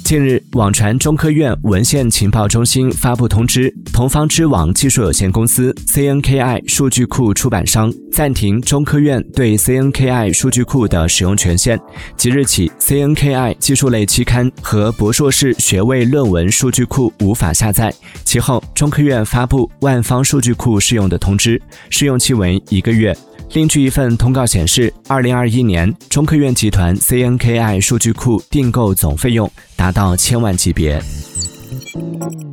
近日，网传中科院文献情报中心发布通知，同方知网技术有限公司 CNKI 数据库出版商暂停中科院对 CNKI 数据库的使用权限。即日起 ，CNKI 技术类期刊和博硕士学位论文数据库无法下载。其后，中科院发布万方数据库试用的通知，试用期为1个月。另据一份通告显示，2021年中科院集团 CNKI 数据库订购总费用达到1000万级别。